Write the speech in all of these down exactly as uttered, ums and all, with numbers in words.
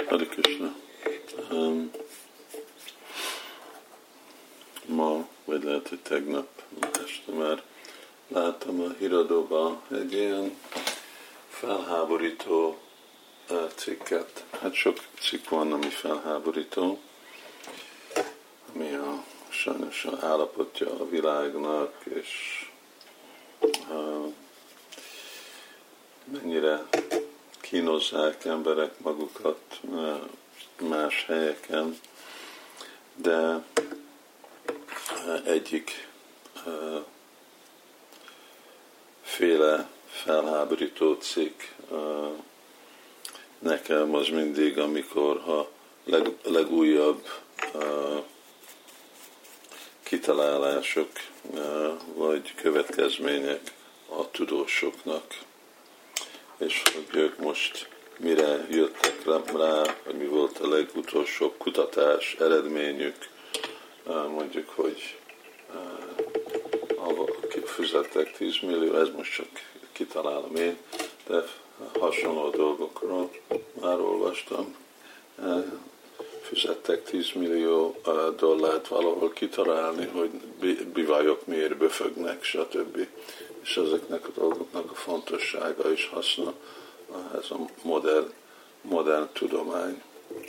Hare Krishna. Um, ma, vagy lehet, hogy tegnap este már láttam a híradóban egy ilyen felháborító uh, cikket. Hát sok cikk van, ami felháborító, ami a sajnos a állapotja a világnak, és uh, mennyire kínozzák emberek magukat más helyeken, de egyik féle felháborító cikk nekem az mindig, amikor a leg, legújabb kitalálások vagy következmények a tudósoknak, és hogy ők most mire jöttek rá, hogy mi volt a legutolsó kutatás eredményük, mondjuk, hogy fizettek tíz millió, ez most csak kitalálom én, de hasonló dolgokról már olvastam, fizettek tíz millió dollárt valahol kitalálni, hogy bivajok miért böfögnek, stb. És ezeknek a dolgoknak a fontossága és haszna ez a modern, modern tudomány.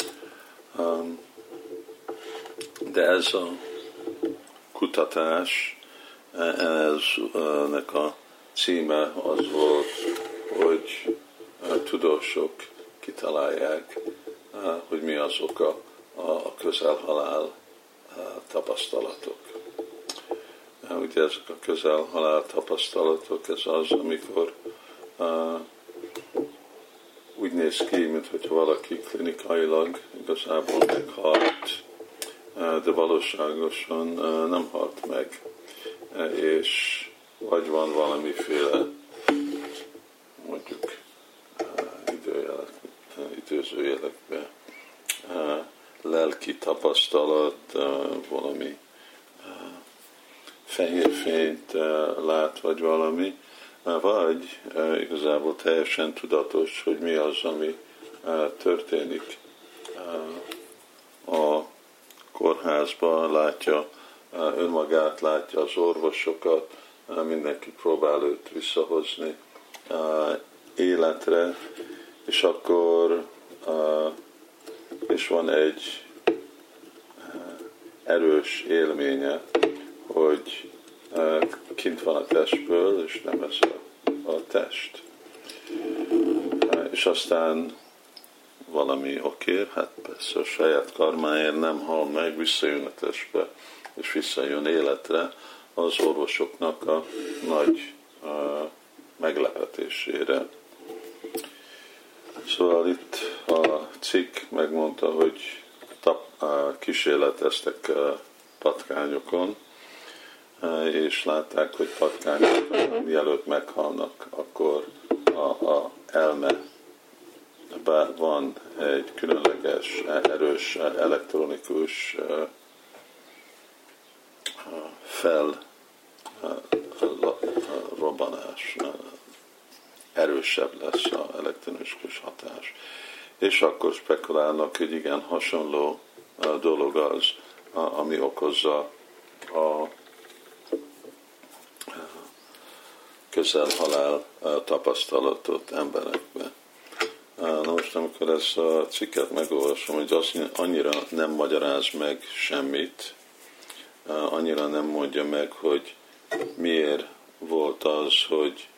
De ez a kutatás, ennek a címe az volt, hogy a tudósok kitalálják, hogy mi az oka a közelhalál tapasztalatok. Ugye ezek a közelhalál tapasztalatok, ez az, amikor uh, úgy néz ki, mintha valaki klinikailag igazából meghalt, uh, de valóságosan uh, nem halt meg, uh, és vagy van valamiféle, mondjuk uh, időjelek, uh, időzőjelekben uh, lelki tapasztalat, uh, valami fehér fényt lát, vagy valami, vagy igazából teljesen tudatos, hogy mi az, ami történik a kórházban, látja önmagát, látja az orvosokat, mindenki próbál őt visszahozni életre, és akkor és van egy erős élménye, hogy kint van a testből, és nem ez a, a test. És aztán valami oké, hát persze a saját karmáért nem hal meg, visszajön a testbe, és visszajön életre az orvosoknak a nagy a meglepetésére. Szóval itt a cikk megmondta, hogy tap, kísérleteztek patkányokon, és látták, hogy patkányok mielőtt meghalnak, akkor a, a elme van egy különleges, erős elektronikus felrobbanás, erősebb lesz az elektronikus hatás. És akkor spekulálnak, hogy igen, hasonló dolog az, ami okozza a közelhalál tapasztalatot emberekbe. Na most, amikor ezt a cikket megolvasom, hogy az annyira nem magyaráz meg semmit, annyira nem mondja meg, hogy miért volt az, hogy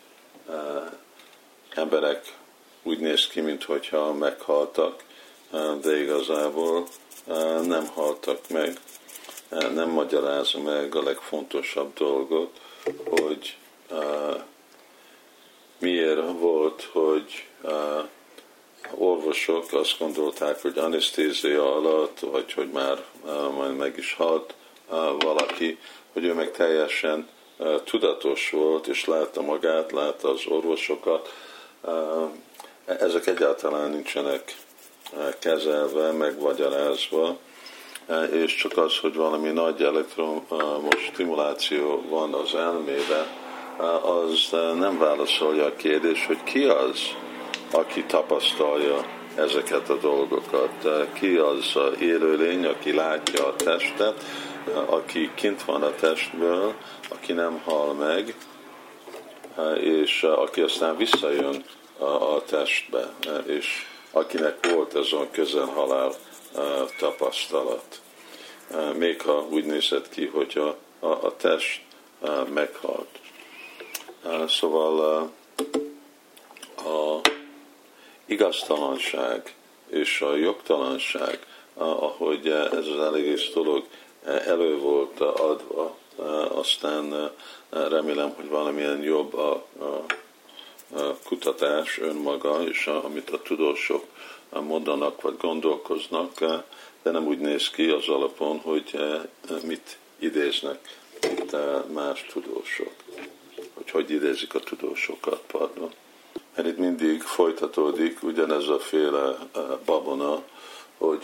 emberek úgy néz ki, mintha meghaltak, de igazából nem haltak meg. Nem magyarázza meg a legfontosabb dolgot, hogy uh, miért volt, hogy uh, orvosok azt gondolták, hogy anesztézia alatt, vagy hogy már uh, majd meg is halt uh, valaki, hogy ő meg teljesen uh, tudatos volt, és látta magát, látta az orvosokat. Uh, ezek egyáltalán nincsenek uh, kezelve, megmagyarázva, és csak az, hogy valami nagy elektromos stimuláció van az elmébe, az nem válaszolja a kérdés, hogy ki az, aki tapasztalja ezeket a dolgokat. Ki az élőlény, aki látja a testet, aki kint van a testből, aki nem hal meg, és aki aztán visszajön a testbe, és akinek volt ez a közelhalál tapasztalat. Még ha úgy nézett ki, hogy a, a, a test meghalt. Szóval a igaztalanság és a jogtalanság, ahogy ez az egész dolog elő volt adva, aztán remélem, hogy valamilyen jobb a, a, a kutatás önmaga, és a, amit a tudósok mondanak vagy gondolkoznak, de nem úgy néz ki az alapon, hogy mit idéznek itt más tudósok, hogy hogy idézik a tudósokat, pardon. Mert itt mindig folytatódik ugyanez a féle babona, hogy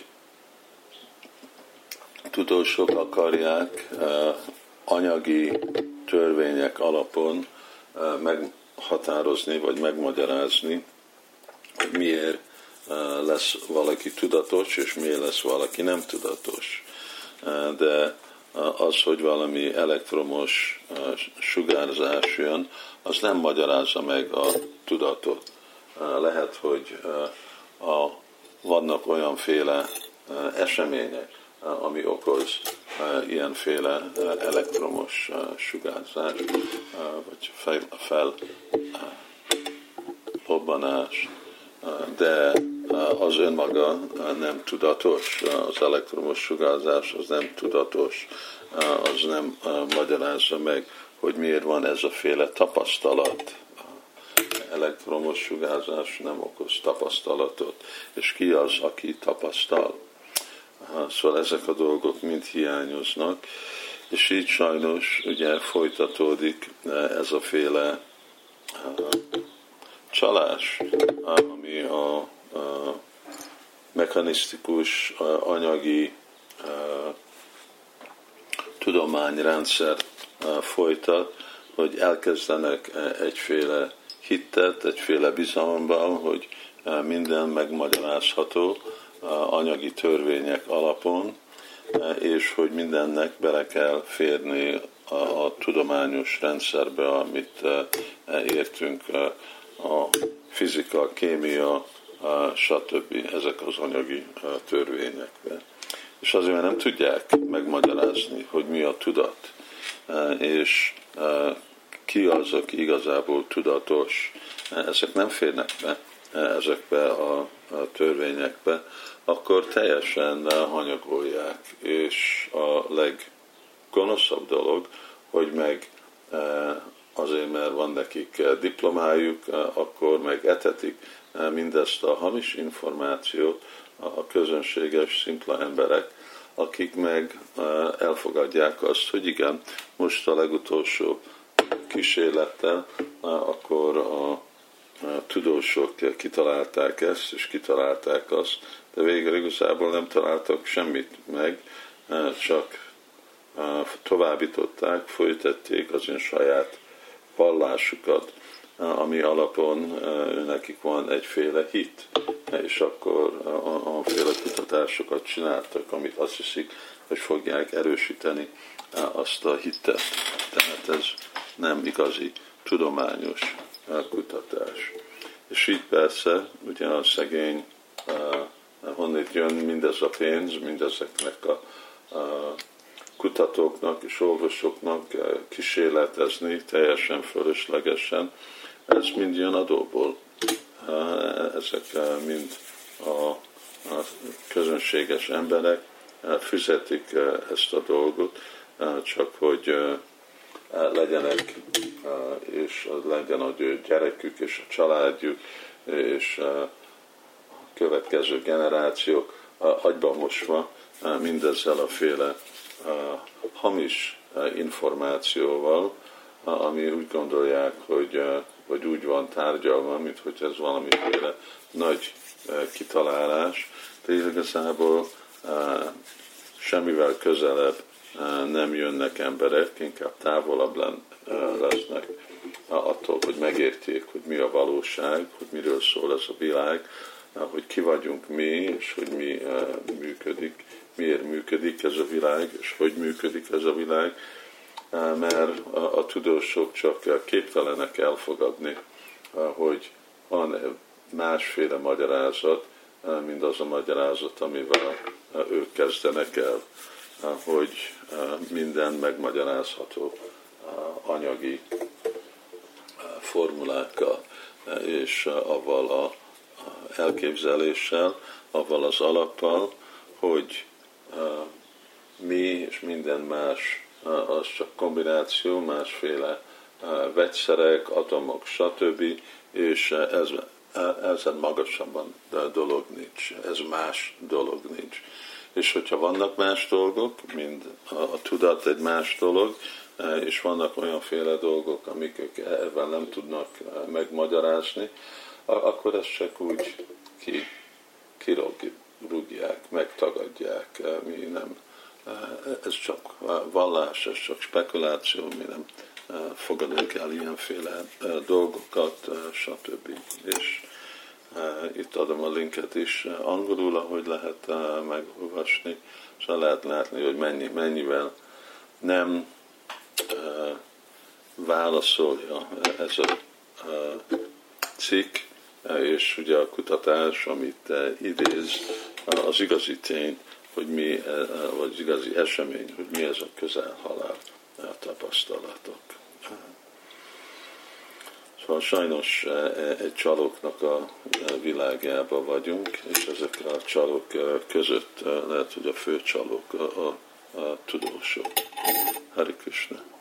tudósok akarják anyagi törvények alapon meghatározni, vagy megmagyarázni, hogy miért lesz valaki tudatos, és miért lesz valaki nem tudatos. De az, hogy valami elektromos sugárzás jön, az nem magyarázza meg a tudatot. Lehet, hogy a, vannak olyanféle események, ami okoz ilyenféle elektromos sugárzás, vagy fel, lobbanás, de az önmaga nem tudatos, az elektromos sugárzás az nem tudatos, az nem magyarázza meg, hogy miért van ez a féle tapasztalat. Elektromos sugárzás nem okoz tapasztalatot, és ki az, aki tapasztal. Szóval ezek a dolgok mind hiányoznak, és így sajnos ugye folytatódik ez a féle csalás, ami a, a mechanisztikus, anyagi a, tudományrendszert folytat, hogy elkezdenek egyféle hittet, egyféle bizalomban, hogy minden megmagyarázható anyagi törvények alapon, és hogy mindennek bele kell férni a, a tudományos rendszerbe, amit értünk, a fizika, kémia, stb. Ezek az anyagi törvényekbe. És azért, mert nem tudják megmagyarázni, hogy mi a tudat, és ki az, aki igazából tudatos. Ezek nem férnek be ezekbe a törvényekbe, akkor teljesen hanyagolják. És a leggonoszabb dolog, hogy meg azért, mert van nekik diplomájuk, akkor meg etetik mindezt a hamis információt a közönséges, szimpla emberek, akik meg elfogadják azt, hogy igen, most a legutolsó kísérlettel, akkor a tudósok kitalálták ezt, és kitalálták azt, de végül igazából nem találtak semmit meg, csak továbbították, folytatték az ön saját vallásukat, ami alapon nekik van egyféle hit, és akkor anféle kutatásokat csináltak, amit azt hiszik, hogy fogják erősíteni azt a hittet. Tehát ez nem igazi tudományos kutatás. És így persze, ugye a szegény, honnét jön mindez a pénz, mindezeknek a, a kutatóknak és orvosoknak kísérletezni teljesen fölöslegesen, ez mind jön adóból. Ezek mind a, a közönséges emberek fizetik ezt a dolgot, csak hogy legyenek, és legyen a gyerekük és a családjuk, és a következő generációk agyba mosva mindezzel a féle hamis információval, ami úgy gondolják, hogy vagy úgy van tárgyalva, mint hogy ez valamiféle nagy kitalálás, de igazából semmivel közelebb nem jönnek emberek, inkább távolabb lesznek attól, hogy megértjék, hogy mi a valóság, hogy miről szól ez a világ, hogy ki vagyunk mi, és hogy mi működik, miért működik ez a világ, és hogy működik ez a világ, mert a, a tudósok csak képtelenek elfogadni, hogy van másféle magyarázat, mint az a magyarázat, amivel ők kezdenek el, hogy minden megmagyarázható anyagi formulákkal, és avval a elképzeléssel, avval az alappal, hogy mi és minden más az csak kombináció, másféle vegyszerek, atomok, stb. És ez, ezen magasabban dolog nincs, ez más dolog nincs. És hogyha vannak más dolgok, mint a, a tudat egy más dolog, és vannak olyanféle dolgok, amik ők ebben nem tudnak megmagyarázni, akkor ezt csak úgy ki, kirúgják, megtagadják, mi nem. Ez csak vallás, ez csak spekuláció, mi nem fogadunk el ilyenféle dolgokat, stb. És itt adom a linket is angolul, ahogy lehet megolvasni, és lehet látni, hogy mennyi, mennyivel nem válaszolja ez a cikk, és ugye a kutatás, amit idéz, az igazi tény, hogy mi, vagy az igazi esemény, hogy mi ez a közelhalál tapasztalatok. Szóval sajnos egy csalóknak a világában vagyunk, és ezek a csalók között lehet, hogy a fő csalók a, a, a tudósok. Hare Krishna.